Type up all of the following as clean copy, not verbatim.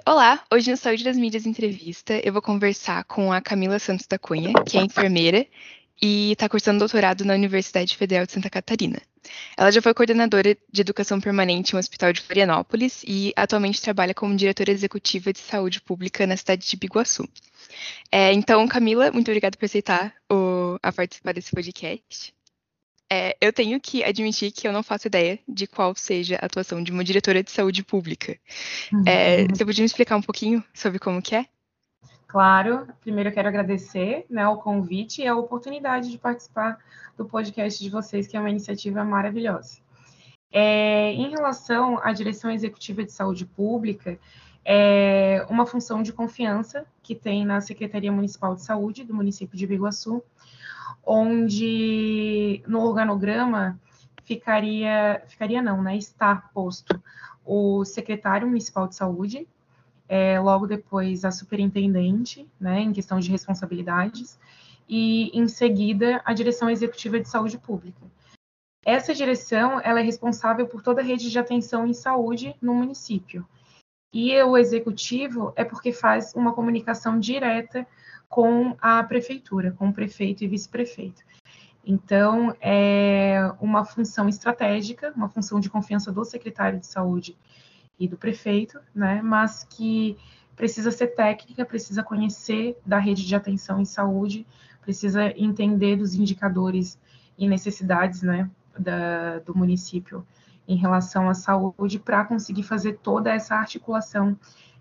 Olá, hoje no Saúde das Mídias Entrevista eu vou conversar com a Camila Santos da Cunha, que é enfermeira e está cursando doutorado na Universidade Federal de Santa Catarina. Ela já foi coordenadora de educação permanente em um hospital de Florianópolis e atualmente trabalha como diretora executiva de saúde pública na cidade de Biguaçu. Então, Camila, muito obrigada por aceitar a participar desse podcast. Eu tenho que admitir que eu não faço ideia de qual seja a atuação de uma diretora de saúde pública. Você podia me explicar um pouquinho sobre como que é? Claro, primeiro eu quero agradecer, né, o convite e a oportunidade de participar do podcast de vocês, que é uma iniciativa maravilhosa. Em relação à direção executiva de saúde pública, é uma função de confiança que tem na Secretaria Municipal de Saúde do município de Biguaçu, onde no organograma ficaria não, né, está posto o secretário municipal de saúde, logo depois a superintendente, né, em questão de responsabilidades, e em seguida a direção executiva de saúde pública. Essa direção ela é responsável por toda a rede de atenção em saúde no município. E o executivo é porque faz uma comunicação direta com a prefeitura, com o prefeito e vice-prefeito. Então, é uma função estratégica, uma função de confiança do secretário de saúde e do prefeito, né, mas que precisa ser técnica, precisa conhecer da rede de atenção em saúde, precisa entender dos indicadores e necessidades, né, do município em relação à saúde para conseguir fazer toda essa articulação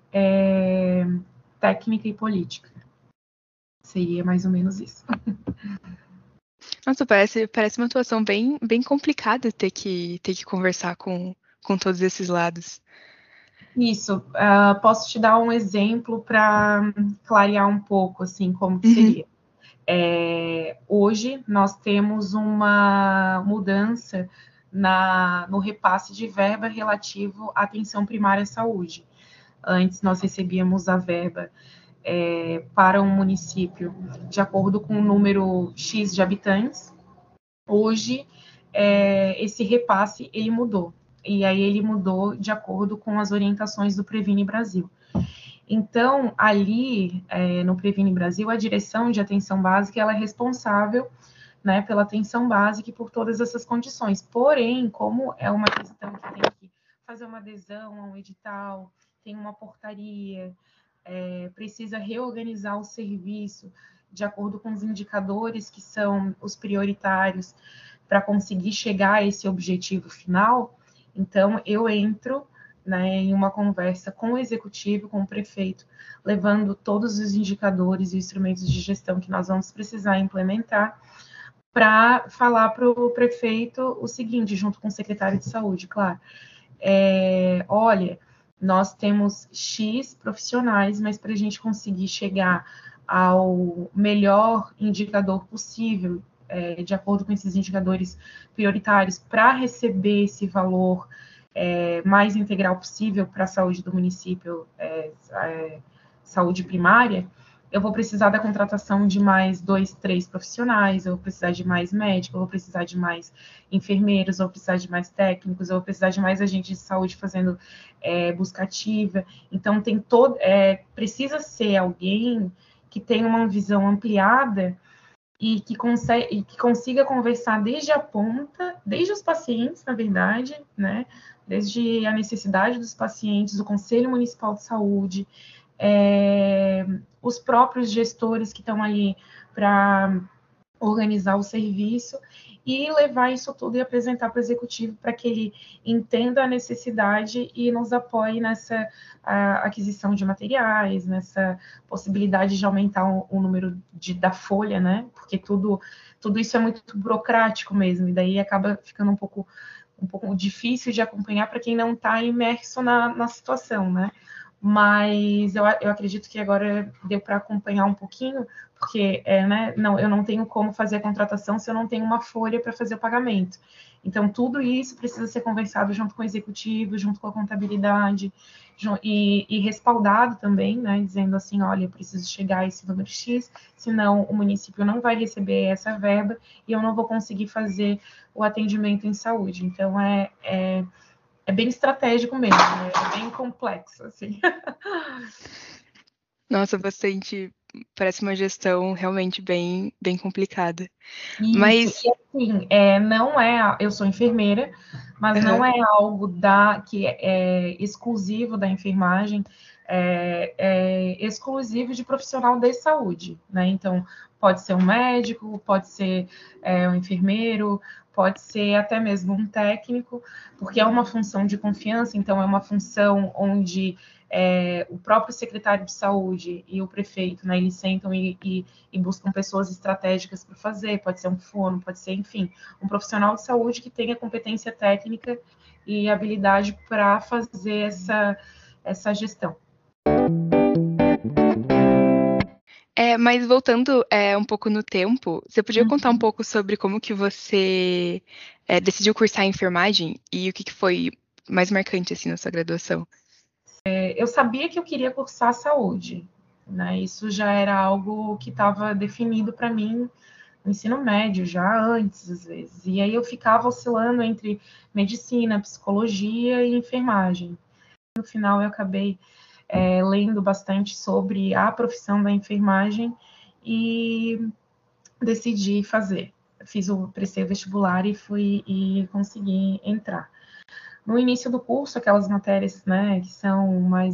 técnica e política. Seria mais ou menos isso. Nossa, parece uma atuação bem complicada ter que conversar com todos esses lados. Isso, posso te dar um exemplo para clarear um pouco, assim, como que Uhum. seria. Hoje nós temos uma mudança no repasse de verba relativo à atenção primária à saúde. Antes nós recebíamos a verba para um município de acordo com o número X de habitantes. Hoje esse repasse ele mudou. E aí ele mudou de acordo com as orientações do Previne Brasil. Então, ali no Previne Brasil, a direção de atenção básica ela é responsável, né, pela atenção básica e por todas essas condições. Porém, como é uma questão que tem que fazer uma adesão a um edital, tem uma portaria, precisa reorganizar o serviço de acordo com os indicadores que são os prioritários para conseguir chegar a esse objetivo final, então eu entro, né, em uma conversa com o executivo, com o prefeito, levando todos os indicadores e instrumentos de gestão que nós vamos precisar implementar para falar para o prefeito o seguinte, junto com o secretário de saúde, claro, olha, nós temos X profissionais, mas para a gente conseguir chegar ao melhor indicador possível, de acordo com esses indicadores prioritários, para receber esse valor mais integral possível para a saúde do município, saúde primária, eu vou precisar da contratação de mais 2, 3 profissionais, eu vou precisar de mais médicos, eu vou precisar de mais enfermeiros, eu vou precisar de mais técnicos, eu vou precisar de mais agentes de saúde fazendo busca ativa. Então, precisa ser alguém que tenha uma visão ampliada e que consiga conversar desde a ponta, desde os pacientes, na verdade, né? Desde a necessidade dos pacientes, o Conselho Municipal de Saúde, os próprios gestores que estão ali para organizar o serviço e levar isso tudo e apresentar para o executivo para que ele entenda a necessidade e nos apoie nessa aquisição de materiais, nessa possibilidade de aumentar o número da folha, né? Porque tudo isso é muito burocrático mesmo, e daí acaba ficando um pouco difícil de acompanhar para quem não está imerso na situação, né? Mas eu acredito que agora deu para acompanhar um pouquinho, porque né, eu não tenho como fazer a contratação se eu não tenho uma folha para fazer o pagamento. Então, tudo isso precisa ser conversado junto com o executivo, junto com a contabilidade, e respaldado também, né, dizendo assim, olha, eu preciso chegar a esse número X, senão o município não vai receber essa verba e eu não vou conseguir fazer o atendimento em saúde. Então, é é bem estratégico mesmo, né? É bem complexo, assim. Nossa, bastante. Parece uma gestão realmente bem complicada. Isso, Mas. e assim, não é, eu sou enfermeira, mas não Aham. é algo que é exclusivo da enfermagem, é exclusivo de profissional de saúde, né? Então, pode ser um médico, pode ser um enfermeiro, pode ser até mesmo um técnico, porque é uma função de confiança, então é uma função onde o próprio secretário de saúde e o prefeito, né, eles sentam e buscam pessoas estratégicas para fazer, pode ser um fono, pode ser, enfim, um profissional de saúde que tenha competência técnica e habilidade para fazer essa gestão. Mas voltando um pouco no tempo, você podia contar um pouco sobre como que você decidiu cursar enfermagem e o que foi mais marcante assim na sua graduação? Eu sabia que eu queria cursar saúde, né? Isso já era algo que estava definido para mim no ensino médio, já antes, às vezes. E aí eu ficava oscilando entre medicina, psicologia e enfermagem. No final, eu acabei lendo bastante sobre a profissão da enfermagem e decidi fazer. Prestei o vestibular e consegui entrar. No início do curso, aquelas matérias, né, que são mais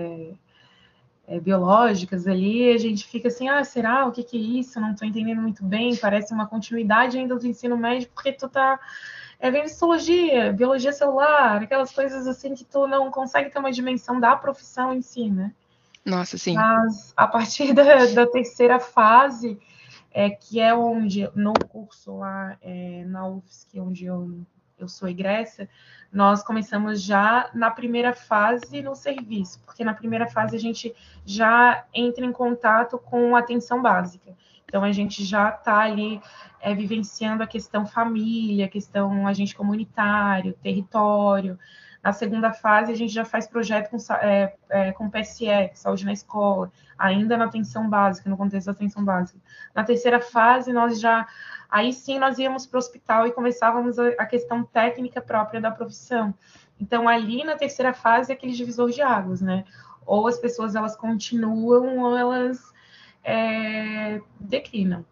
biológicas ali, a gente fica assim, será? O que é isso? Não estou entendendo muito bem, parece uma continuidade ainda do ensino médio, porque tu tá vendo histologia, biologia celular, aquelas coisas assim que tu não consegue ter uma dimensão da profissão em si, né? Nossa, sim. Mas a partir da terceira fase, que é onde, no curso lá na UFSC, onde eu sou egressa, nós começamos já na primeira fase no serviço, porque na primeira fase a gente já entra em contato com a atenção básica. Então, a gente já está ali vivenciando a questão família, a questão agente comunitário, território. Na segunda fase, a gente já faz projeto com PSE, Saúde na Escola, ainda na atenção básica, no contexto da atenção básica. Na terceira fase, aí sim nós íamos para o hospital e começávamos a questão técnica própria da profissão. Então, ali na terceira fase é aquele divisor de águas, né? Ou as pessoas elas continuam ou elas declinam.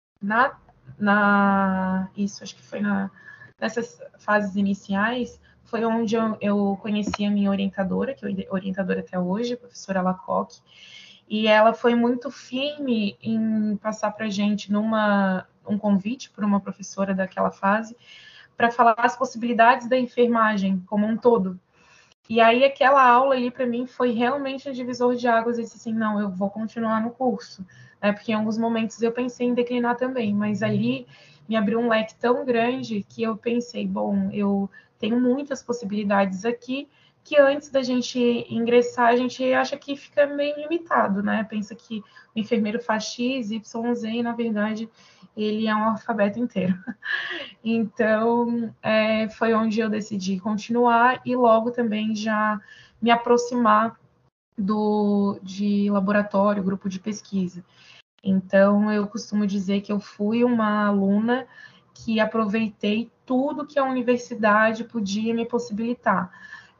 Isso, acho que foi nessas fases iniciais, foi onde eu conheci a minha orientadora, que é orientadora até hoje, a professora Lacoque, e ela foi muito firme em passar para a gente um convite por uma professora daquela fase para falar as possibilidades da enfermagem como um todo. E aí aquela aula ali para mim foi realmente um divisor de águas. Eu disse assim, não, eu vou continuar no curso, né? Porque em alguns momentos eu pensei em declinar também, mas ali me abriu um leque tão grande que eu pensei, bom, eu tenho muitas possibilidades aqui que antes da gente ingressar a gente acha que fica meio limitado, né? Pensa que o enfermeiro faz X, Y, Z e na verdade ele é um alfabeto inteiro. Então, foi onde eu decidi continuar e logo também já me aproximar de laboratório, grupo de pesquisa. Então, eu costumo dizer que eu fui uma aluna que aproveitei tudo que a universidade podia me possibilitar.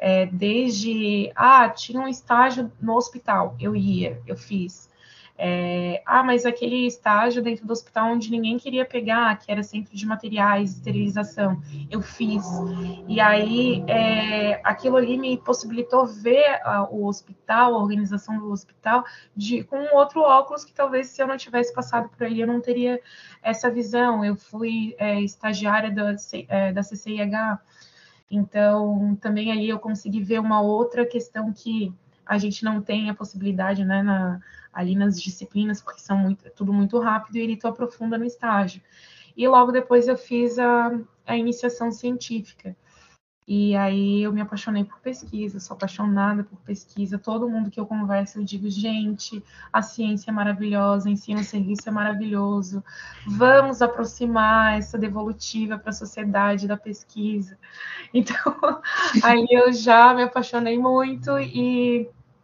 Desde, tinha um estágio no hospital, eu fiz. Mas aquele estágio dentro do hospital onde ninguém queria pegar, que era centro de materiais, esterilização, eu fiz. E aí, aquilo ali me possibilitou ver o hospital, a organização do hospital, com um outro óculos que talvez se eu não tivesse passado por ali, eu não teria essa visão. Eu fui estagiária da CCIH, então também ali eu consegui ver uma outra questão que a gente não tem a possibilidade, né, ali nas disciplinas, porque tudo muito rápido e ele tu aprofunda no estágio. E logo depois eu fiz a iniciação científica. E aí eu me apaixonei por pesquisa, sou apaixonada por pesquisa. Todo mundo que eu converso, eu digo, gente, a ciência é maravilhosa, ensino, serviço é maravilhoso. Vamos aproximar essa devolutiva para a sociedade da pesquisa. Então, aí eu já me apaixonei muito e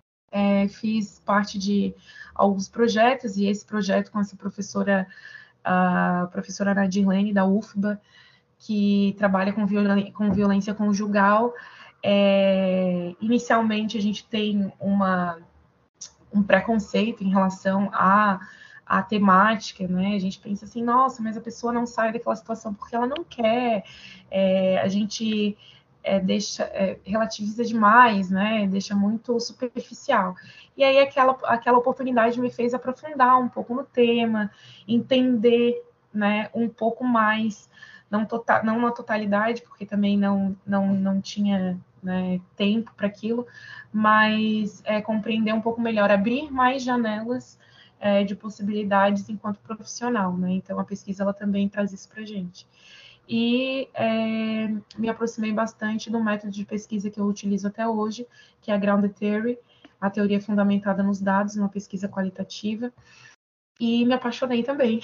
fiz parte de alguns projetos, e esse projeto com essa professora, a professora Nadirlene, da UFBA, que trabalha com violência conjugal, Inicialmente, a gente tem um preconceito em relação à temática, né? A gente pensa assim, nossa, mas a pessoa não sai daquela situação porque ela não quer. A gente relativiza demais, né? Deixa muito superficial. E aí aquela oportunidade me fez aprofundar um pouco no tema, entender, né, um pouco mais, não na totalidade, porque também não tinha, né, tempo para aquilo, mas compreender um pouco melhor, abrir mais janelas de possibilidades enquanto profissional, né? Então a pesquisa ela também traz isso para a gente. E me aproximei bastante do método de pesquisa que eu utilizo até hoje, que é a Grounded Theory, a teoria fundamentada nos dados, uma pesquisa qualitativa, e me apaixonei também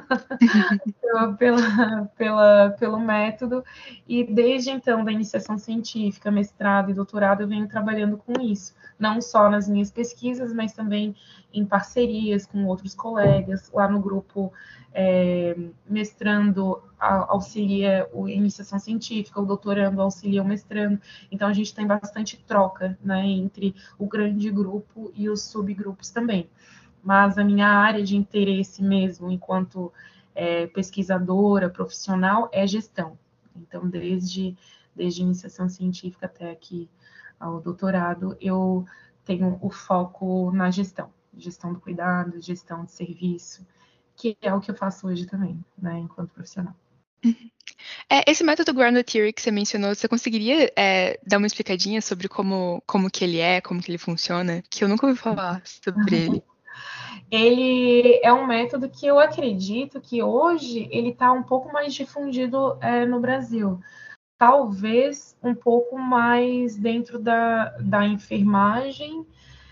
pelo método, e desde então, da iniciação científica, mestrado e doutorado, eu venho trabalhando com isso, não só nas minhas pesquisas, mas também em parcerias com outros colegas, lá no grupo mestrando auxilia a iniciação científica, o doutorando auxilia o mestrando, então a gente tem bastante troca, né, entre o grande grupo e os subgrupos também. Mas a minha área de interesse mesmo, enquanto pesquisadora, profissional, é gestão. Então, desde iniciação científica até aqui ao doutorado, eu tenho o foco na gestão do cuidado, gestão de serviço, que é o que eu faço hoje também, né, enquanto profissional. Esse método Grounded Theory que você mencionou, você conseguiria dar uma explicadinha sobre como que ele é, como que ele funciona? Que eu nunca ouvi falar sobre ele. Ele é um método que eu acredito que hoje ele está um pouco mais difundido no Brasil. Talvez um pouco mais dentro da enfermagem.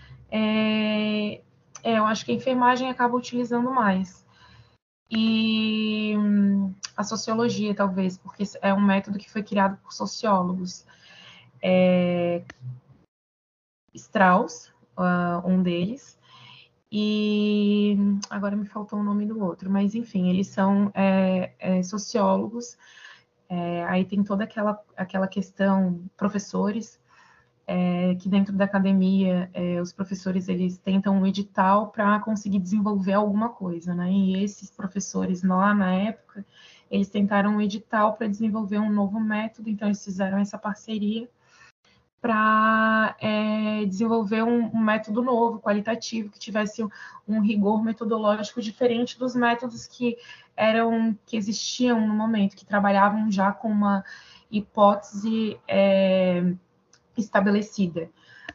Eu acho que a enfermagem acaba utilizando mais. E a sociologia, talvez, porque é um método que foi criado por sociólogos. Strauss, um deles, e agora me faltou o nome do outro, mas enfim, eles são sociólogos. Aí tem toda aquela questão, professores, que dentro da academia, os professores eles tentam um edital para conseguir desenvolver alguma coisa, né? E esses professores lá na época, eles tentaram um edital para desenvolver um novo método, então eles fizeram essa parceria para desenvolver um método novo, qualitativo, que tivesse um rigor metodológico diferente dos métodos que existiam no momento, que trabalhavam já com uma hipótese estabelecida.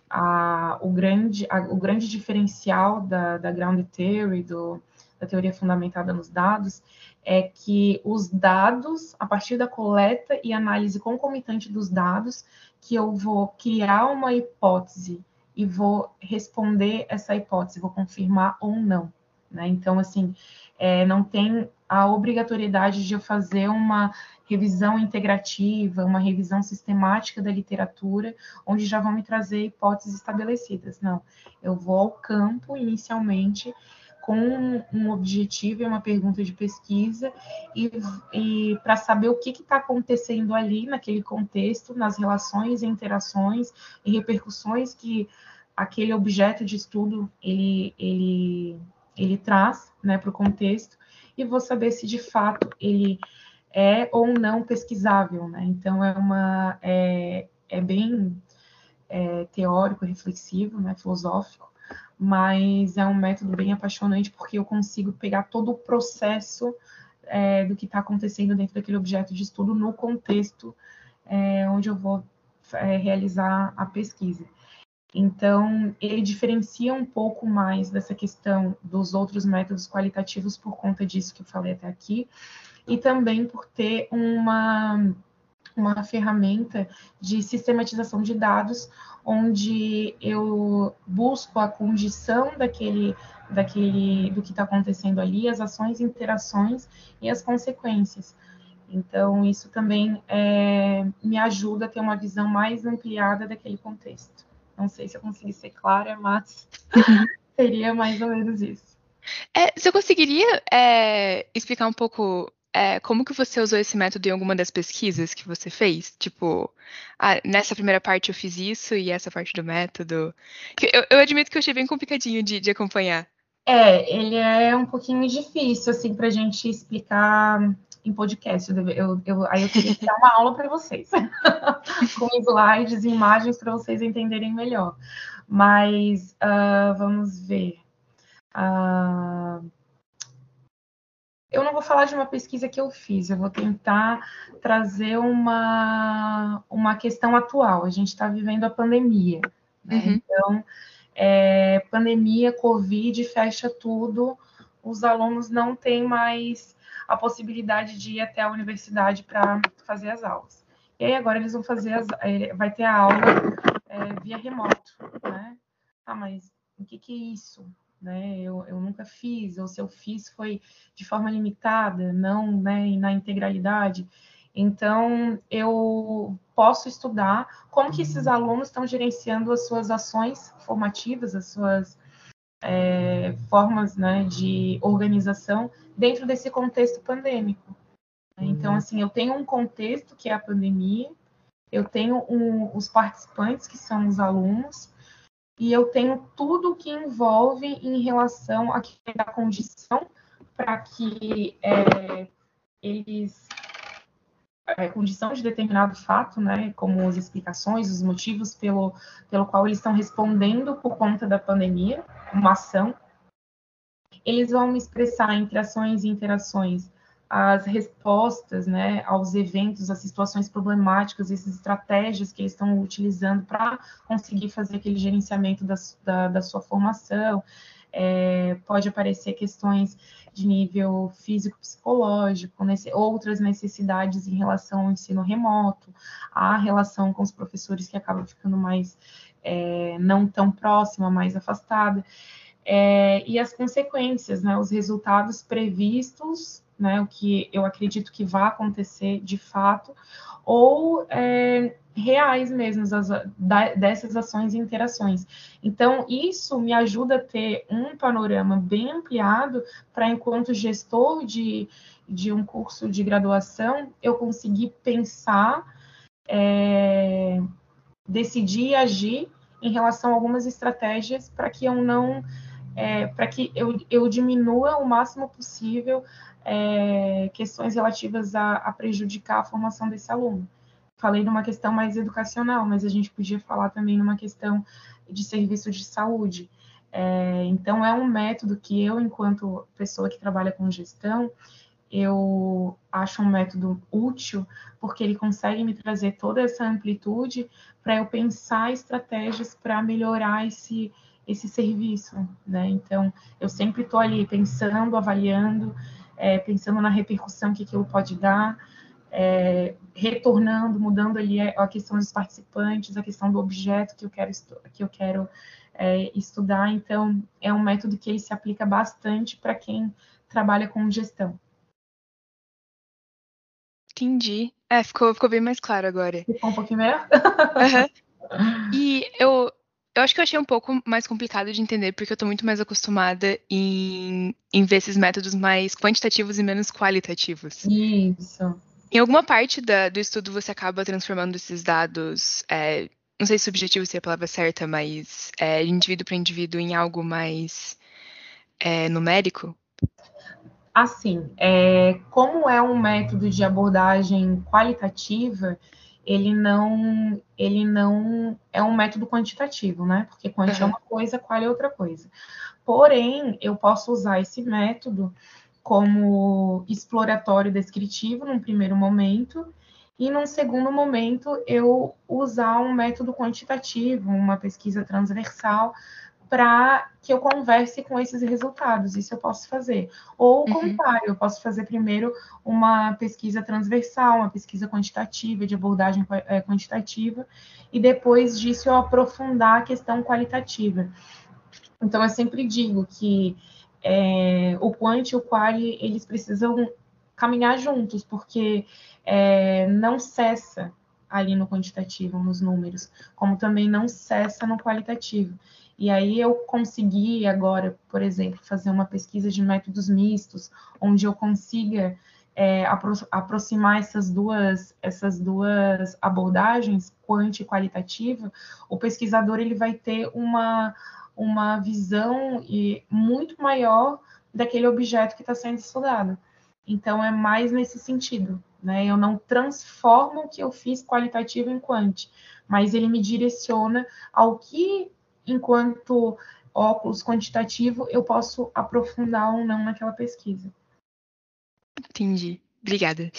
O grande diferencial da Ground Theory, da teoria fundamentada nos dados, é que os dados, a partir da coleta e análise concomitante dos dados, que eu vou criar uma hipótese e vou responder essa hipótese, vou confirmar ou não. Né? Então, assim, não tem a obrigatoriedade de eu fazer uma revisão integrativa, uma revisão sistemática da literatura, onde já vão me trazer hipóteses estabelecidas. Não, eu vou ao campo inicialmente com um objetivo e uma pergunta de pesquisa e para saber o que está acontecendo ali naquele contexto, nas relações, interações e repercussões que aquele objeto de estudo ele traz, né, para o contexto, e vou saber se de fato ele é ou não pesquisável, né? Então é bem teórico, reflexivo, né, filosófico, mas é um método bem apaixonante porque eu consigo pegar todo o processo do que está acontecendo dentro daquele objeto de estudo no contexto onde eu vou realizar a pesquisa. Então, ele diferencia um pouco mais dessa questão dos outros métodos qualitativos por conta disso que eu falei até aqui, e também por ter uma ferramenta de sistematização de dados, onde eu busco a condição do que está acontecendo ali, as ações, interações e as consequências. Então, isso também me ajuda a ter uma visão mais ampliada daquele contexto. Não sei se eu consegui ser clara, mas seria mais ou menos isso. Você conseguiria explicar um pouco como que você usou esse método em alguma das pesquisas que você fez? Tipo, nessa primeira parte eu fiz isso e essa parte do método. Eu admito que eu achei bem complicadinho de acompanhar. Ele é um pouquinho difícil, assim, para a gente explicar em podcast. Aí eu teria que dar uma aula para vocês, com slides e imagens para vocês entenderem melhor. Mas vamos ver. Eu não vou falar de uma pesquisa que eu fiz, eu vou tentar trazer uma questão atual. A gente está vivendo a pandemia, né? Uhum. Então, pandemia, Covid, fecha tudo, os alunos não têm mais a possibilidade de ir até a universidade para fazer as aulas. E aí agora eles vão vai ter a aula via remoto, né? Mas o que é isso? Né? Eu nunca fiz, ou se eu fiz foi de forma limitada, não, né, na integralidade. Então, eu posso estudar como que esses alunos estão gerenciando as suas ações formativas, as suas formas, né, de organização dentro desse contexto pandêmico. Então, assim, eu tenho um contexto que é a pandemia, eu tenho os participantes, que são os alunos, e eu tenho tudo o que envolve em relação à condição para que eles condição de determinado fato, né, como as explicações, os motivos pelo qual eles estão respondendo por conta da pandemia, uma ação. Eles vão me expressar entre ações e interações as respostas, né, aos eventos, às situações problemáticas, essas estratégias que eles estão utilizando para conseguir fazer aquele gerenciamento da sua formação. Pode aparecer questões de nível físico-psicológico, outras necessidades em relação ao ensino remoto, a relação com os professores que acabam ficando mais não tão próxima, mais afastada. E as consequências, né, os resultados previstos, né, o que eu acredito que vai acontecer de fato, ou reais mesmo, dessas ações e interações. Então, isso me ajuda a ter um panorama bem ampliado para, enquanto gestor de um curso de graduação, eu conseguir pensar, decidir e agir em relação a algumas estratégias para que eu não para que eu diminua o máximo possível questões relativas a prejudicar a formação desse aluno. Falei numa questão mais educacional, mas a gente podia falar também numa questão de serviço de saúde. Então, é um método que eu, enquanto pessoa que trabalha com gestão, eu acho um método útil, porque ele consegue me trazer toda essa amplitude para eu pensar estratégias para melhorar esse serviço, né? Então, eu sempre estou ali pensando, avaliando, pensando na repercussão que aquilo pode dar, retornando, mudando ali a questão dos participantes, a questão do objeto que eu quero estudar. Então, é um método que ele se aplica bastante para quem trabalha com gestão. Entendi. Ficou bem mais claro agora. Ficou um pouquinho melhor? Uhum. E eu acho que eu achei um pouco mais complicado de entender, porque eu tô muito mais acostumada em ver esses métodos mais quantitativos e menos qualitativos. Isso. Em alguma parte do estudo você acaba transformando esses dados, não sei se subjetivo seria a palavra certa, mas de indivíduo para indivíduo em algo mais numérico? Assim, como é um método de abordagem qualitativa, ele não é um método quantitativo, né? Porque quant é Uhum. uma coisa, qual é outra coisa. Porém, eu posso usar esse método como exploratório descritivo num primeiro momento, e num segundo momento eu usar um método quantitativo, uma pesquisa transversal, para que eu converse com esses resultados. Isso eu posso fazer. Ou o Uhum. contrário, eu posso fazer primeiro uma pesquisa transversal, uma pesquisa quantitativa, de abordagem quantitativa, e depois disso eu aprofundar a questão qualitativa. Então, eu sempre digo que o quant e o quali, eles precisam caminhar juntos, porque não cessa ali no quantitativo, nos números, como também não cessa no qualitativo. E aí eu consegui agora, por exemplo, fazer uma pesquisa de métodos mistos, onde eu consiga aproximar essas duas abordagens, quanti e qualitativa, o pesquisador ele vai ter uma visão muito maior daquele objeto que está sendo estudado. Então, é mais nesse sentido, né? Eu não transformo o que eu fiz qualitativo em quanti, mas ele me direciona ao que, enquanto óculos quantitativo, eu posso aprofundar ou não naquela pesquisa. Entendi. Obrigada.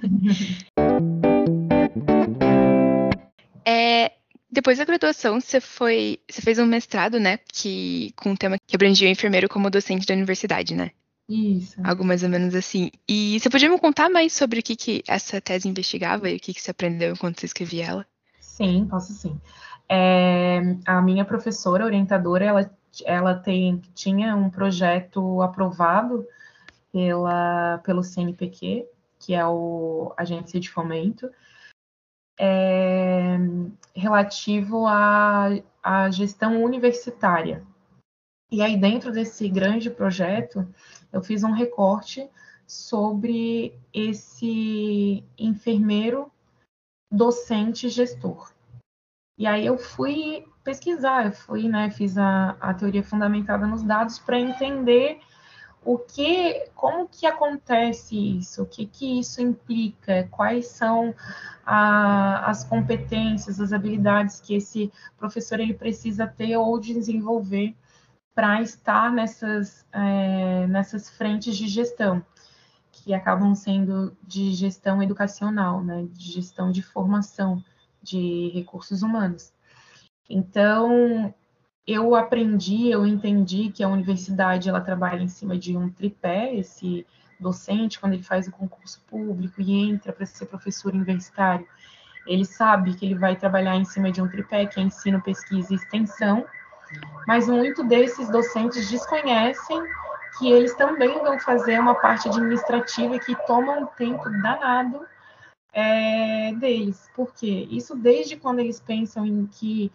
Depois da graduação, você fez um mestrado, né? Com um tema que abrangia o enfermeiro como docente da universidade, né? Isso. Algo mais ou menos assim. E você podia me contar mais sobre o que essa tese investigava e o que você aprendeu enquanto você escrevia ela? Sim, posso sim. A minha professora orientadora, ela tinha um projeto aprovado pelo CNPq, que é a Agência de Fomento, relativo à gestão universitária. E aí, dentro desse grande projeto, eu fiz um recorte sobre esse enfermeiro docente gestor. E aí eu fui pesquisar, fiz a teoria fundamentada nos dados para entender como que acontece isso, o que isso implica, quais são as competências, as habilidades que esse professor ele precisa ter ou desenvolver para estar nessas frentes de gestão, que acabam sendo de gestão educacional, né, de gestão de formação de recursos humanos. Então, eu entendi que a universidade ela trabalha em cima de um tripé. Esse docente, quando ele faz o concurso público e entra para ser professor universitário, ele sabe que ele vai trabalhar em cima de um tripé, que é ensino, pesquisa e extensão, mas muito desses docentes desconhecem que eles também vão fazer uma parte administrativa que toma um tempo danado deles. Por quê? Isso desde quando eles pensam em que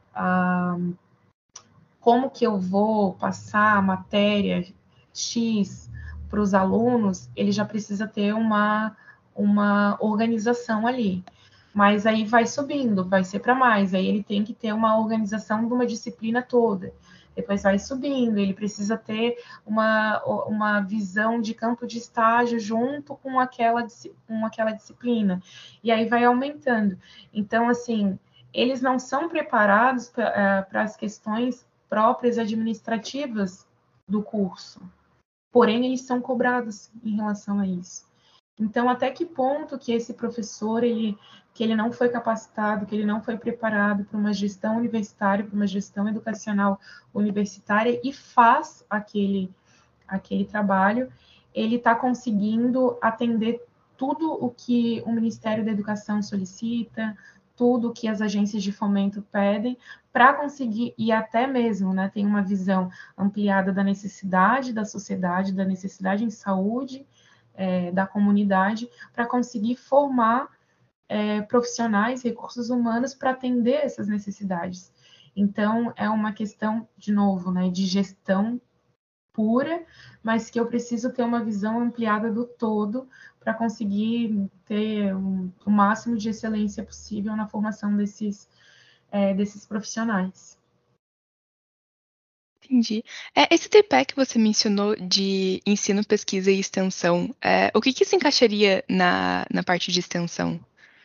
como que eu vou passar a matéria X para os alunos, ele já precisa ter uma organização ali. Mas aí vai subindo, vai ser para mais. Aí ele tem que ter uma organização de uma disciplina toda. Depois vai subindo, ele precisa ter uma visão de campo de estágio junto com aquela disciplina. E aí vai aumentando. Então, assim, eles não são preparados para as questões próprias administrativas do curso. Porém, eles são cobrados em relação a isso. Então, até que ponto que esse professor que ele não foi capacitado, que ele não foi preparado para uma gestão universitária, para uma gestão educacional universitária e faz aquele trabalho, ele está conseguindo atender tudo o que o Ministério da Educação solicita, tudo que as agências de fomento pedem, para conseguir, e até mesmo, né, tem uma visão ampliada da necessidade da sociedade, da necessidade em saúde da comunidade, para conseguir formar profissionais, recursos humanos para atender essas necessidades. Então, é uma questão, de novo, né, de gestão pura, mas que eu preciso ter uma visão ampliada do todo para conseguir ter o máximo de excelência possível na formação desses profissionais. Entendi. Esse tripé que você mencionou de ensino, pesquisa e extensão, o que se encaixaria na parte de extensão?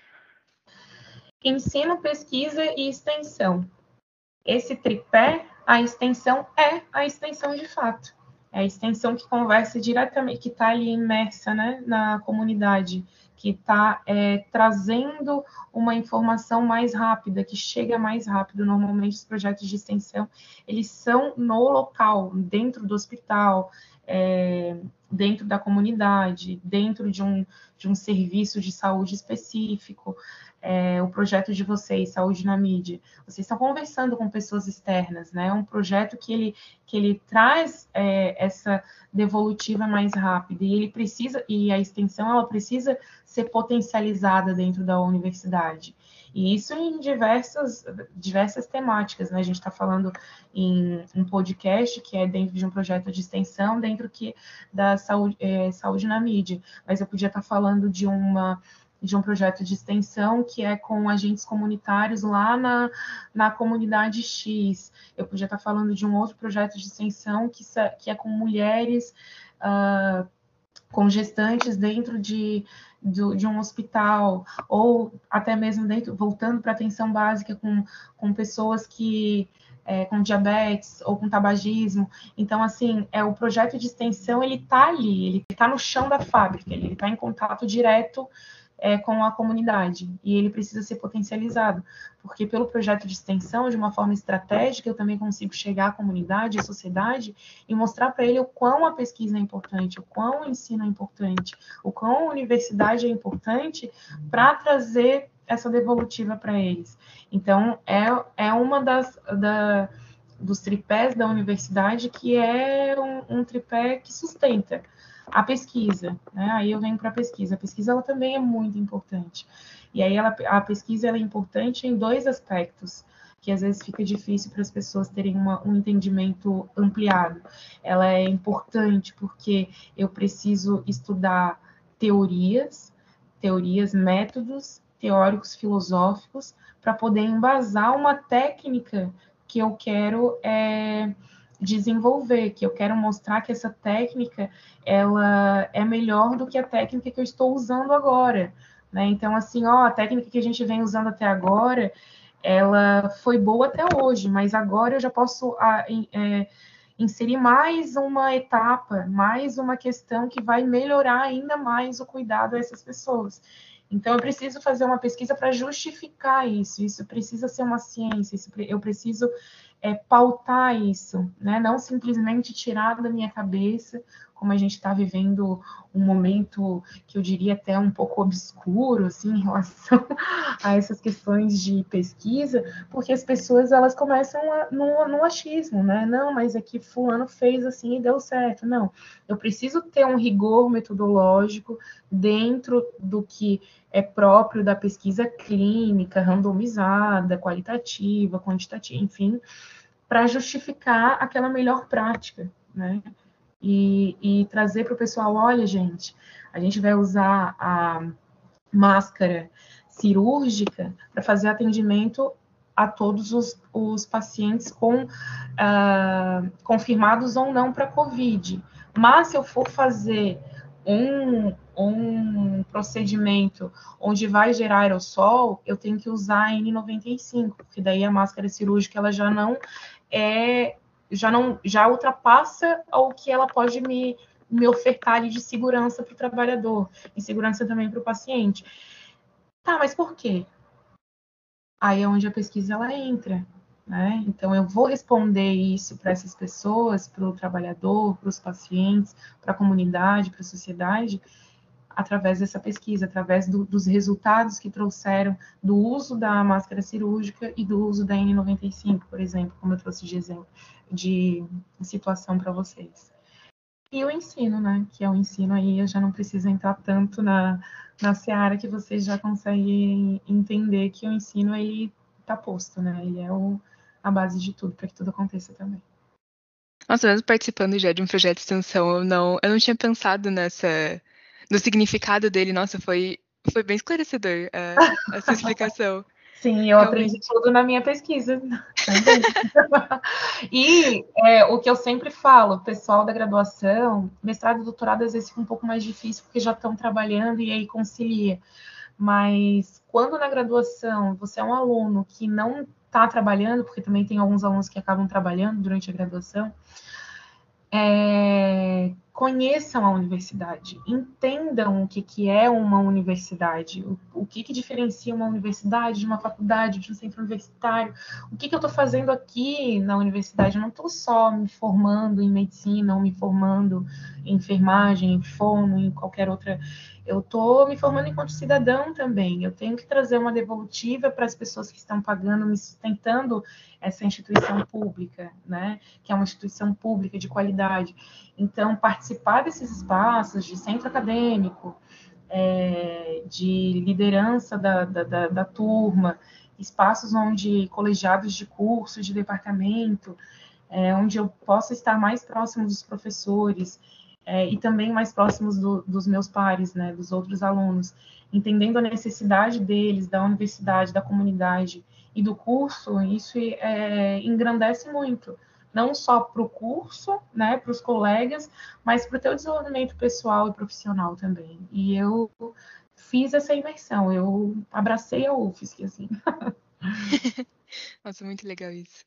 Ensino, pesquisa e extensão. Esse tripé, a extensão é a extensão de fato. É a extensão que conversa diretamente, que está ali imersa, né, na comunidade, que está trazendo uma informação mais rápida, que chega mais rápido. Normalmente, os projetos de extensão, eles são no local, dentro do hospital, dentro da comunidade, dentro de um serviço de saúde específico. O projeto de vocês, Saúde na Mídia, vocês estão conversando com pessoas externas, né? É um projeto que ele traz essa devolutiva mais rápida e a extensão ela precisa ser potencializada dentro da universidade. E isso em diversas temáticas, né? A gente está falando em um podcast que é dentro de um projeto de extensão, dentro da saúde na mídia, mas eu podia estar falando de um projeto de extensão que é com agentes comunitários lá na comunidade X. Eu podia estar falando de um outro projeto de extensão que é com mulheres, com gestantes dentro de um hospital, ou até mesmo voltando para a atenção básica com pessoas com diabetes ou com tabagismo. Então, assim, o projeto de extensão, ele está ali, ele está no chão da fábrica, ele está em contato direto com a comunidade, e ele precisa ser potencializado, porque pelo projeto de extensão, de uma forma estratégica, eu também consigo chegar à comunidade, à sociedade, e mostrar para ele o quão a pesquisa é importante, o quão o ensino é importante, o quão a universidade é importante para trazer essa devolutiva para eles. Então, é uma dos tripés da universidade que é um tripé que sustenta a pesquisa, né? Aí eu venho para a pesquisa. A pesquisa ela também é muito importante. E aí a pesquisa ela é importante em dois aspectos, que às vezes fica difícil para as pessoas terem um entendimento ampliado. Ela é importante porque eu preciso estudar teorias, métodos teóricos filosóficos, para poder embasar uma técnica que eu quero desenvolver, que eu quero mostrar que essa técnica ela é melhor do que a técnica que eu estou usando agora, né? Então, assim, a técnica que a gente vem usando até agora, ela foi boa até hoje, mas agora eu já posso inserir mais uma etapa, mais uma questão que vai melhorar ainda mais o cuidado a essas pessoas. Então, eu preciso fazer uma pesquisa para justificar isso precisa ser uma ciência, eu preciso pautar isso, né? Não simplesmente tirar da minha cabeça, como a gente está vivendo um momento que eu diria até um pouco obscuro, assim, em relação a essas questões de pesquisa, porque as pessoas, elas começam no achismo, né? Não, mas aqui fulano fez assim e deu certo. Não, eu preciso ter um rigor metodológico dentro do que é próprio da pesquisa clínica, randomizada, qualitativa, quantitativa, enfim, para justificar aquela melhor prática, né? E trazer para o pessoal, olha, gente, a gente vai usar a máscara cirúrgica para fazer atendimento a todos os pacientes confirmados ou não para COVID. Mas se eu for fazer um procedimento onde vai gerar aerossol, eu tenho que usar a N95, porque daí a máscara cirúrgica ela já ultrapassa o que ela pode me ofertar ali de segurança para o trabalhador e segurança também para o paciente. Tá, mas por quê? Aí é onde a pesquisa ela entra, né? Então eu vou responder isso para essas pessoas, para o trabalhador, para os pacientes, para a comunidade, para a sociedade, através dessa pesquisa, através dos resultados que trouxeram do uso da máscara cirúrgica e do uso da N95, por exemplo, como eu trouxe de exemplo, de situação para vocês. E o ensino, né? Que é o ensino aí, eu já não preciso entrar tanto na seara que vocês já conseguem entender que o ensino, ele está posto, né? Ele é a base de tudo, para que tudo aconteça também. Nossa, mesmo participando já de um projeto de extensão, eu não tinha pensado no significado dele. Nossa, foi bem esclarecedor essa explicação. Sim, eu aprendi tudo na minha pesquisa também. E o que eu sempre falo, pessoal da graduação, mestrado e doutorado às vezes fica um pouco mais difícil porque já estão trabalhando e aí concilia. Mas quando na graduação você é um aluno que não está trabalhando, porque também tem alguns alunos que acabam trabalhando durante a graduação, conheçam a universidade, entendam o que é uma universidade, o que diferencia uma universidade de uma faculdade, de um centro universitário, o que eu estou fazendo aqui na universidade. Eu não estou só me formando em medicina ou me formando em enfermagem, em fono, em qualquer outra. Eu estou me formando enquanto cidadão também. Eu tenho que trazer uma devolutiva para as pessoas que estão pagando, me sustentando essa instituição pública, né? Que é uma instituição pública de qualidade. Então, participar desses espaços de centro acadêmico, de liderança da turma, espaços onde colegiados de curso, de departamento, onde eu possa estar mais próximo dos professores e também mais próximos dos meus pares, né, dos outros alunos, entendendo a necessidade deles, da universidade, da comunidade e do curso, isso engrandece muito, não só para o curso, né, para os colegas, mas para o teu desenvolvimento pessoal e profissional também. E eu fiz essa imersão, eu abracei a UFSC, assim. Nossa, muito legal isso.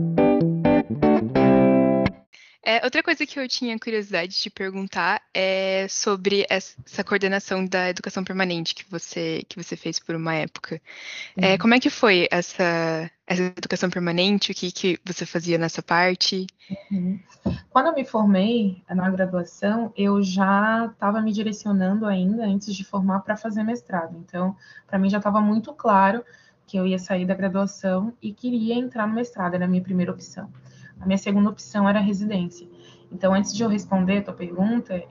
Outra coisa que eu tinha curiosidade de perguntar é sobre essa coordenação da educação permanente que você fez por uma época. Como é que foi essa educação permanente? O que você fazia nessa parte? Uhum. Quando eu me formei na graduação, eu já estava me direcionando ainda, antes de formar, para fazer mestrado. Então, para mim já estava muito claro que eu ia sair da graduação e queria entrar no mestrado, era a minha primeira opção. A minha segunda opção era a residência. Então, antes de eu responder a tua pergunta,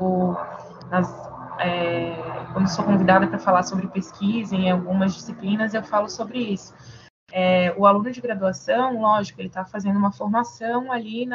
quando sou convidada para falar sobre pesquisa em algumas disciplinas, eu falo sobre isso. O aluno de graduação, lógico, ele está fazendo uma formação ali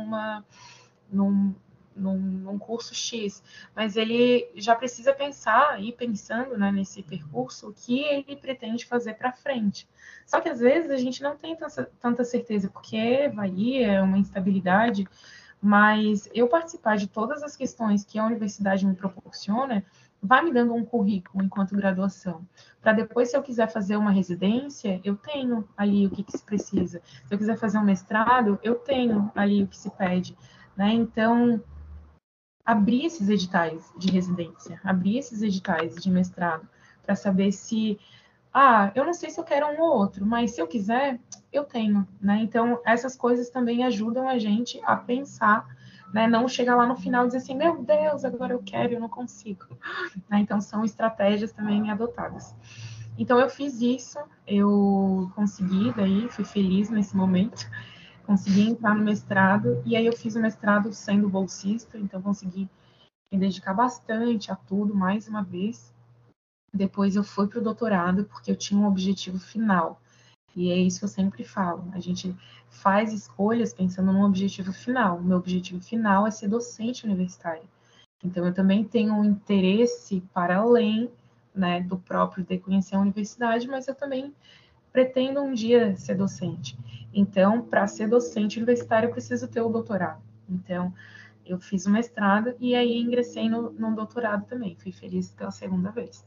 num curso X, mas ele já precisa pensar, ir pensando, né, nesse percurso, o que ele pretende fazer para frente. Só que às vezes a gente não tem tanta certeza, porque varia, uma instabilidade, mas eu participar de todas as questões que a universidade me proporciona vai me dando um currículo enquanto graduação. Para depois, se eu quiser fazer uma residência, eu tenho ali o que se precisa. Se eu quiser fazer um mestrado, eu tenho ali o que se pede. Né? Então, abrir esses editais de residência, abrir esses editais de mestrado, para saber se eu não sei se eu quero um ou outro, mas se eu quiser, eu tenho, né? Então, essas coisas também ajudam a gente a pensar, né? Não chegar lá no final e dizer assim, meu Deus, agora eu quero, eu não consigo. Né? Então, são estratégias também adotadas. Então, eu fiz isso, eu consegui, daí, fui feliz nesse momento, consegui entrar no mestrado, e aí eu fiz o mestrado sendo bolsista, então consegui me dedicar bastante a tudo, mais uma vez. Depois eu fui para o doutorado porque eu tinha um objetivo final. E é isso que eu sempre falo. A gente faz escolhas pensando num objetivo final. O meu objetivo final é ser docente universitário. Então eu também tenho um interesse para além, né, do próprio de conhecer a universidade, mas eu também pretendo um dia ser docente. Então, para ser docente universitário, eu preciso ter o doutorado. Então, eu fiz o mestrado e aí ingressei no doutorado também. Fui feliz pela segunda vez.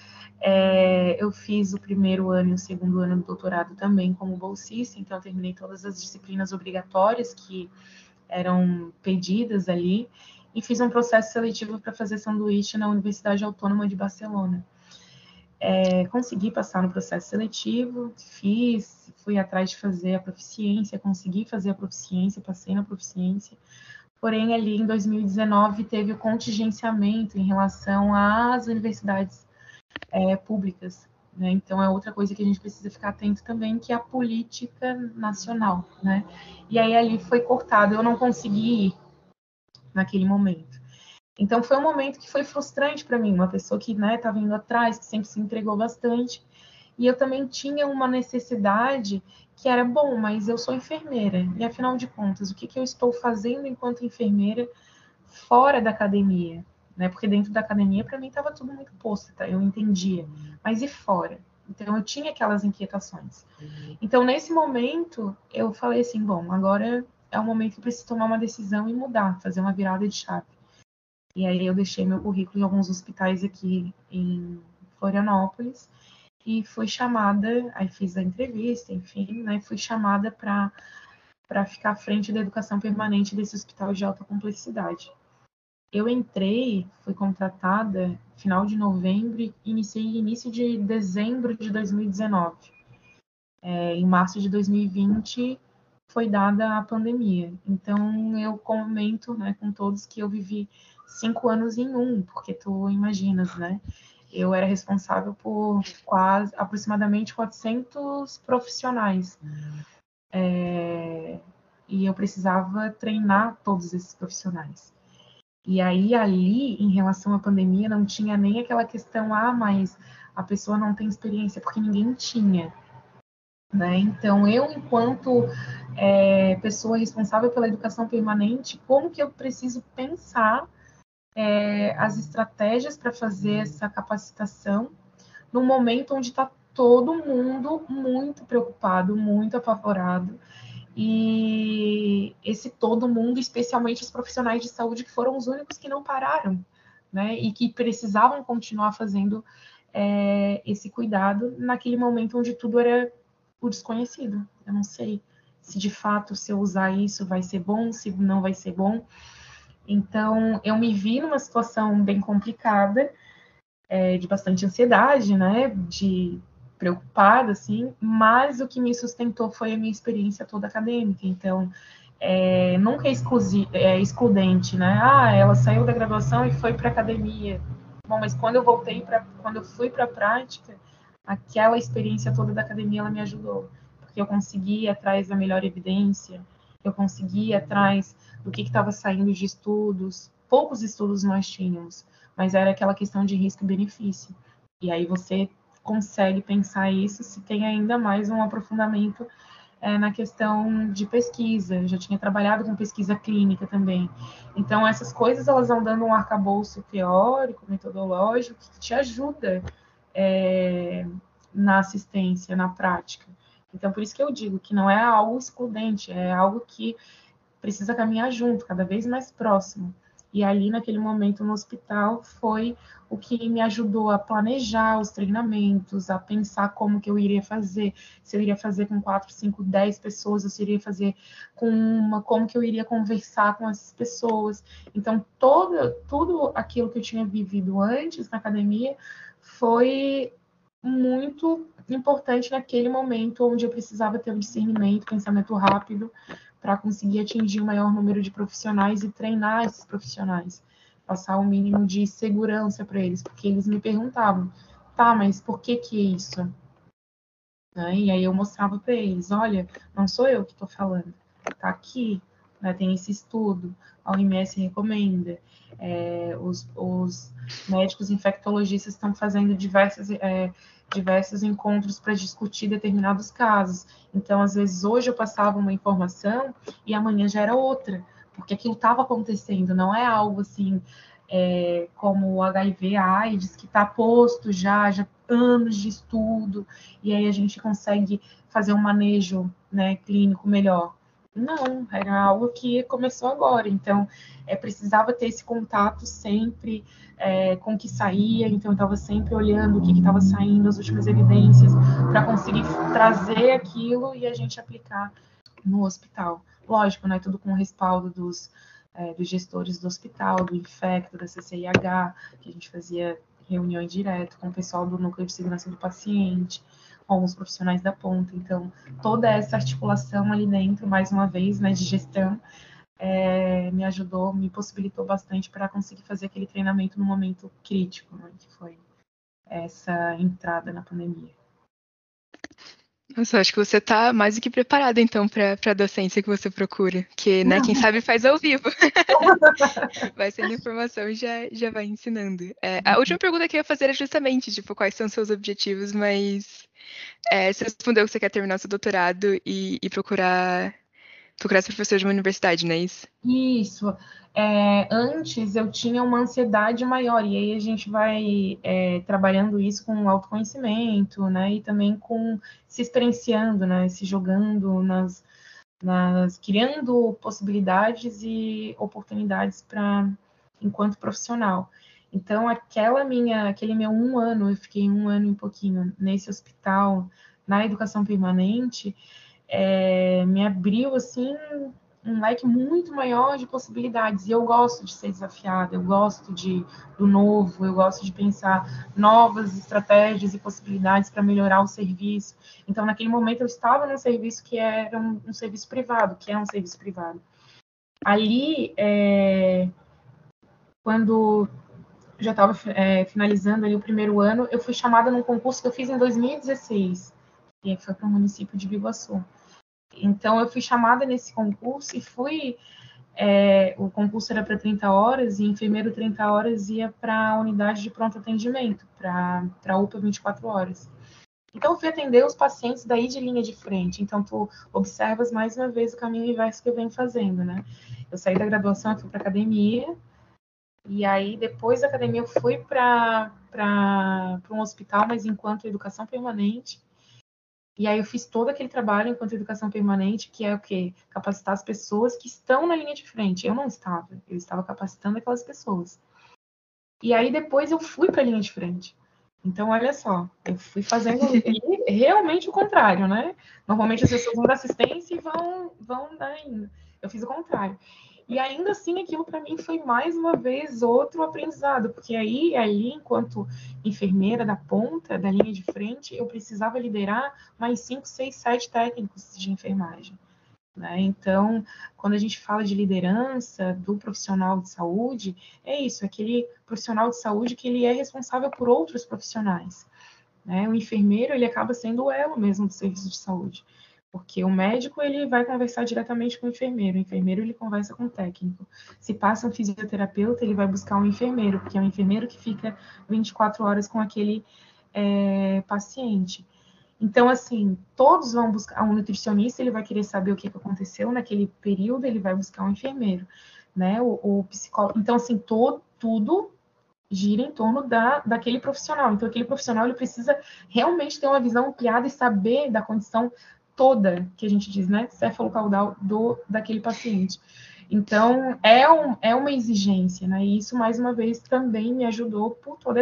Eu fiz o primeiro ano e o segundo ano do doutorado também como bolsista, então eu terminei todas as disciplinas obrigatórias que eram pedidas ali e fiz um processo seletivo para fazer sanduíche na Universidade Autônoma de Barcelona. Consegui passar no processo seletivo, fui atrás de fazer a proficiência, consegui fazer a proficiência, passei na proficiência. Porém, ali em 2019 teve o contingenciamento em relação às universidades públicas. Né? Então, é outra coisa que a gente precisa ficar atento também, que é a política nacional. Né? E aí, ali foi cortado, eu não consegui ir naquele momento. Então, foi um momento que foi frustrante para mim, uma pessoa que estava indo atrás, que sempre se entregou bastante, e eu também tinha uma necessidade que era, bom, mas eu sou enfermeira, e afinal de contas, o que eu estou fazendo enquanto enfermeira fora da academia? Né? Porque dentro da academia, para mim, estava tudo muito posto, tá? Eu entendia. Mas e fora? Então, eu tinha aquelas inquietações. Então, nesse momento, eu falei assim, bom, agora é o momento que eu preciso tomar uma decisão e mudar, fazer uma virada de chave. E aí eu deixei meu currículo em alguns hospitais aqui em Florianópolis e fui chamada, aí fiz a entrevista, enfim, né, fui chamada para ficar à frente da educação permanente desse hospital de alta complexidade. Eu entrei, fui contratada final de novembro e iniciei início de dezembro de 2019. Em março de 2020 foi dada a pandemia. Então eu comento, né, com todos que eu vivi 5 anos em um, porque tu imaginas, né? Eu era responsável por aproximadamente 400 profissionais. E eu precisava treinar todos esses profissionais. E aí, ali, em relação à pandemia, não tinha nem aquela questão, mas a pessoa não tem experiência, porque ninguém tinha, né? Então, eu, enquanto pessoa responsável pela educação permanente, como que eu preciso pensar as estratégias para fazer essa capacitação no momento onde está todo mundo muito preocupado, muito apavorado, e esse todo mundo, especialmente os profissionais de saúde, que foram os únicos que não pararam, né? E que precisavam continuar fazendo esse cuidado naquele momento onde tudo era o desconhecido. Eu não sei se de fato, se eu usar isso, vai ser bom, se não vai ser bom. Então, eu me vi numa situação bem complicada, de bastante ansiedade, né? De preocupada, assim, mas o que me sustentou foi a minha experiência toda acadêmica. Então, nunca é excludente, né? Ela saiu da graduação e foi para a academia. Bom, mas quando eu fui para a prática, aquela experiência toda da academia, ela me ajudou, porque eu consegui ir atrás da melhor evidência, eu consegui ir atrás do que estava saindo de estudos. Poucos estudos nós tínhamos, mas era aquela questão de risco e benefício. E aí você consegue pensar isso se tem ainda mais um aprofundamento na questão de pesquisa. Eu já tinha trabalhado com pesquisa clínica também. Então, essas coisas, elas vão dando um arcabouço teórico, metodológico, que te ajuda na assistência, na prática. Então, por isso que eu digo que não é algo excludente, é algo que precisa caminhar junto, cada vez mais próximo. E ali, naquele momento no hospital, foi o que me ajudou a planejar os treinamentos, a pensar como que eu iria fazer, se eu iria fazer com 4, 5, 10 pessoas, ou se eu iria fazer com uma, como que eu iria conversar com essas pessoas. Então, tudo aquilo que eu tinha vivido antes na academia foi muito importante naquele momento onde eu precisava ter um discernimento, pensamento rápido, para conseguir atingir o maior número de profissionais e treinar esses profissionais, passar o mínimo de segurança para eles, porque eles me perguntavam, tá, mas por que isso? Né? E aí eu mostrava para eles, olha, não sou eu que estou falando, tá aqui, né, tem esse estudo, a OMS recomenda, os médicos infectologistas estão fazendo diversos encontros para discutir determinados casos. Então, às vezes, hoje eu passava uma informação e amanhã já era outra, porque aquilo estava acontecendo, não é algo assim como o HIV, a AIDS, que está posto já anos de estudo, e aí a gente consegue fazer um manejo, né, clínico melhor. Não, era algo que começou agora, então precisava ter esse contato sempre com o que saía, então eu estava sempre olhando o que estava saindo, as últimas evidências, para conseguir trazer aquilo e a gente aplicar no hospital. Lógico, né, tudo com o respaldo dos gestores do hospital, do Infecto, da CCIH, que a gente fazia reuniões direto com o pessoal do Núcleo de Segurança do Paciente, com os profissionais da ponta. Então, toda essa articulação ali dentro, mais uma vez, né, de gestão, me ajudou, me possibilitou bastante para conseguir fazer aquele treinamento no momento crítico, né, que foi essa entrada na pandemia. Nossa, eu acho que você tá mais do que preparada, então, para a docência que você procura. Que, né, quem sabe faz ao vivo. Vai sendo informação e já vai ensinando. A última pergunta que eu ia fazer é justamente, tipo, quais são os seus objetivos, mas você respondeu que você quer terminar o seu doutorado e procurar ser professor de uma universidade, não é isso? Isso. Antes eu tinha uma ansiedade maior, e aí a gente vai trabalhando isso com autoconhecimento, né? E também com se experienciando, né? Se jogando criando possibilidades e oportunidades para enquanto profissional. Então, aquele meu 1 ano, eu fiquei 1 ano e um pouquinho nesse hospital, na educação permanente, me abriu assim um leque muito maior de possibilidades. E eu gosto de ser desafiada, eu gosto do novo, eu gosto de pensar novas estratégias e possibilidades para melhorar o serviço. Então, naquele momento, eu estava num serviço que era um serviço privado, que é um serviço privado. Ali, quando já estava finalizando ali o primeiro ano, eu fui chamada num concurso que eu fiz em 2016, e foi para o município de Biguaçu. Então, eu fui chamada nesse concurso e fui o concurso era para 30 horas e enfermeiro 30 horas ia para a unidade de pronto atendimento, para a UPA 24 horas. Então, eu fui atender os pacientes daí de linha de frente. Então, tu observas mais uma vez o caminho inverso que eu venho fazendo, né? Eu saí da graduação, eu fui para academia, e aí depois da academia eu fui para um hospital, mas enquanto educação permanente. E aí eu fiz todo aquele trabalho enquanto educação permanente, que é o quê? Capacitar as pessoas que estão na linha de frente. Eu não estava, eu estava capacitando aquelas pessoas. E aí depois eu fui para a linha de frente. Então, olha só, eu fui fazendo realmente o contrário, né? Normalmente as pessoas vão dar assistência e vão dar ainda. Eu fiz o contrário. E ainda assim, aquilo para mim foi mais uma vez outro aprendizado, porque aí, enquanto enfermeira da ponta, da linha de frente, eu precisava liderar mais 5, 6, 7 técnicos de enfermagem. Né? Então, quando a gente fala de liderança do profissional de saúde, é isso, aquele profissional de saúde que ele é responsável por outros profissionais. Né? O enfermeiro, ele acaba sendo o elo mesmo do serviço de saúde, porque o médico, ele vai conversar diretamente com o enfermeiro ele conversa com o técnico. Se passa um fisioterapeuta, ele vai buscar um enfermeiro, porque é o enfermeiro que fica 24 horas com aquele paciente. Então, assim, todos vão buscar um nutricionista, ele vai querer saber o que aconteceu naquele período, ele vai buscar um enfermeiro, né? O psicólogo. Então, assim, tudo gira em torno daquele profissional. Então, aquele profissional, ele precisa realmente ter uma visão ampliada e saber da condição toda, que a gente diz, né? Céfalo-caudal daquele paciente. Então, é uma exigência, né? E isso, mais uma vez, também me ajudou por toda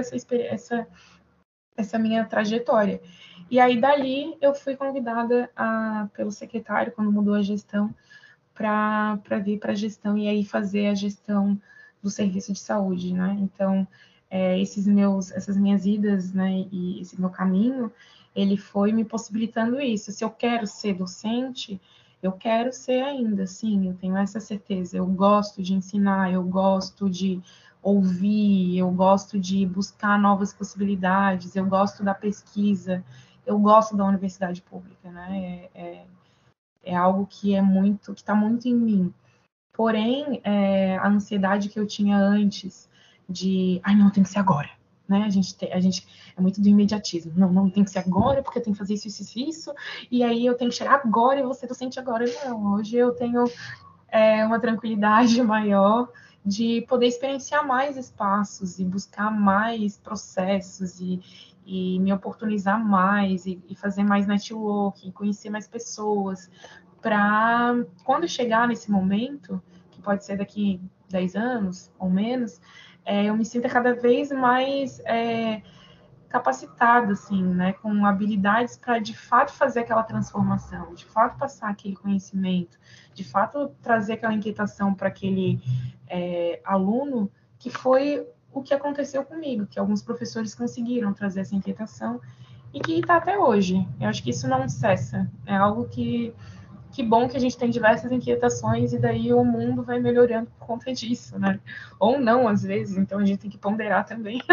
essa minha trajetória. E aí, dali, eu fui convidada pelo secretário, quando mudou a gestão, para vir para a gestão e aí fazer a gestão do serviço de saúde, né? Então, essas minhas idas, né, e esse meu caminho, ele foi me possibilitando isso. Se eu quero ser docente, eu quero ser ainda, sim, eu tenho essa certeza. Eu gosto de ensinar, eu gosto de ouvir, eu gosto de buscar novas possibilidades, eu gosto da pesquisa, eu gosto da universidade pública, né? É algo que está muito em mim. Porém, a ansiedade que eu tinha antes de, ai, não, tem que ser agora, né? A gente é muito do imediatismo. Não, tem que ser agora, porque eu tenho que fazer isso, e aí eu tenho que chegar agora e você docente agora. Não, hoje eu tenho uma tranquilidade maior de poder experienciar mais espaços e buscar mais processos e me oportunizar mais e fazer mais networking, conhecer mais pessoas, para quando chegar nesse momento, que pode ser daqui 10 anos ou menos, eu me sinta cada vez mais capacitada, assim, né, com habilidades para de fato fazer aquela transformação, de fato passar aquele conhecimento, de fato trazer aquela inquietação para aquele aluno, que foi o que aconteceu comigo, que alguns professores conseguiram trazer essa inquietação e que está até hoje. Eu acho que isso não cessa, é algo que bom que a gente tem diversas inquietações e daí o mundo vai melhorando por conta disso, né? Ou não, às vezes, então a gente tem que ponderar também.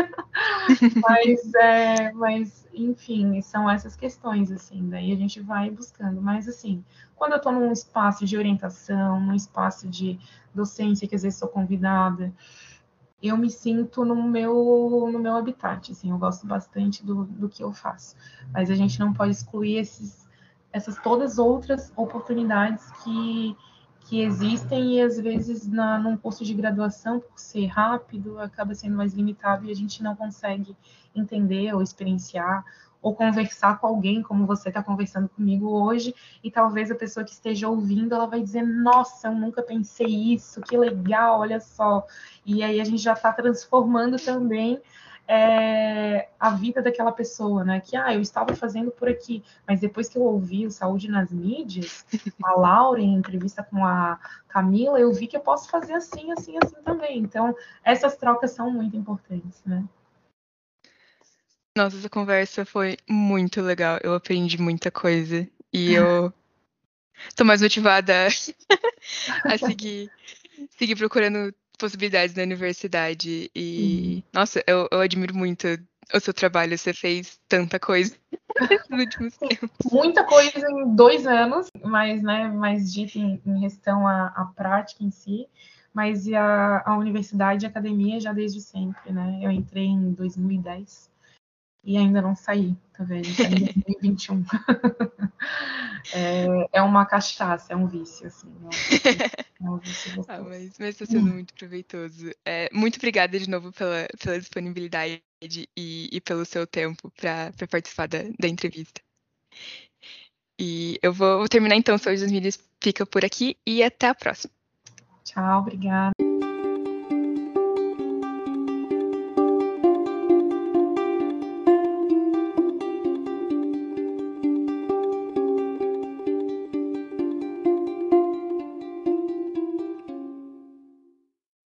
mas, enfim, são essas questões, assim, daí a gente vai buscando. Mas, assim, quando eu estou num espaço de orientação, num espaço de docência, que às vezes sou convidada, eu me sinto no meu habitat, assim, eu gosto bastante do que eu faço. Mas a gente não pode excluir essas todas outras oportunidades que existem e às vezes num curso de graduação, por ser rápido, acaba sendo mais limitado e a gente não consegue entender ou experienciar ou conversar com alguém como você está conversando comigo hoje e talvez a pessoa que esteja ouvindo ela vai dizer, nossa, eu nunca pensei isso, que legal, olha só. E aí a gente já está transformando também a vida daquela pessoa, né? Que eu estava fazendo por aqui, mas depois que eu ouvi o Saúde nas Mídias, a Laura em entrevista com a Camila, eu vi que eu posso fazer assim, assim, assim também. Então, essas trocas são muito importantes, né? Nossa, essa conversa foi muito legal. Eu aprendi muita coisa. E eu tô mais motivada a seguir procurando possibilidades na universidade. Sim. E, nossa, eu admiro muito o seu trabalho. Você fez tanta coisa nesses últimos tempos. Muita coisa em 2 anos, mas, né, mais dito em questão à prática em si, mas e a universidade e a academia já desde sempre, né? Eu entrei em 2010 e ainda não saí, tá vendo? Saí em 2021. É uma cachaça, é um vício, assim. É um vício gostoso. Mas está sendo muito proveitoso. Muito obrigada de novo pela disponibilidade e pelo seu tempo para participar da entrevista. E eu vou terminar então, Saúde das Mídias fica por aqui e até a próxima. Tchau, obrigada.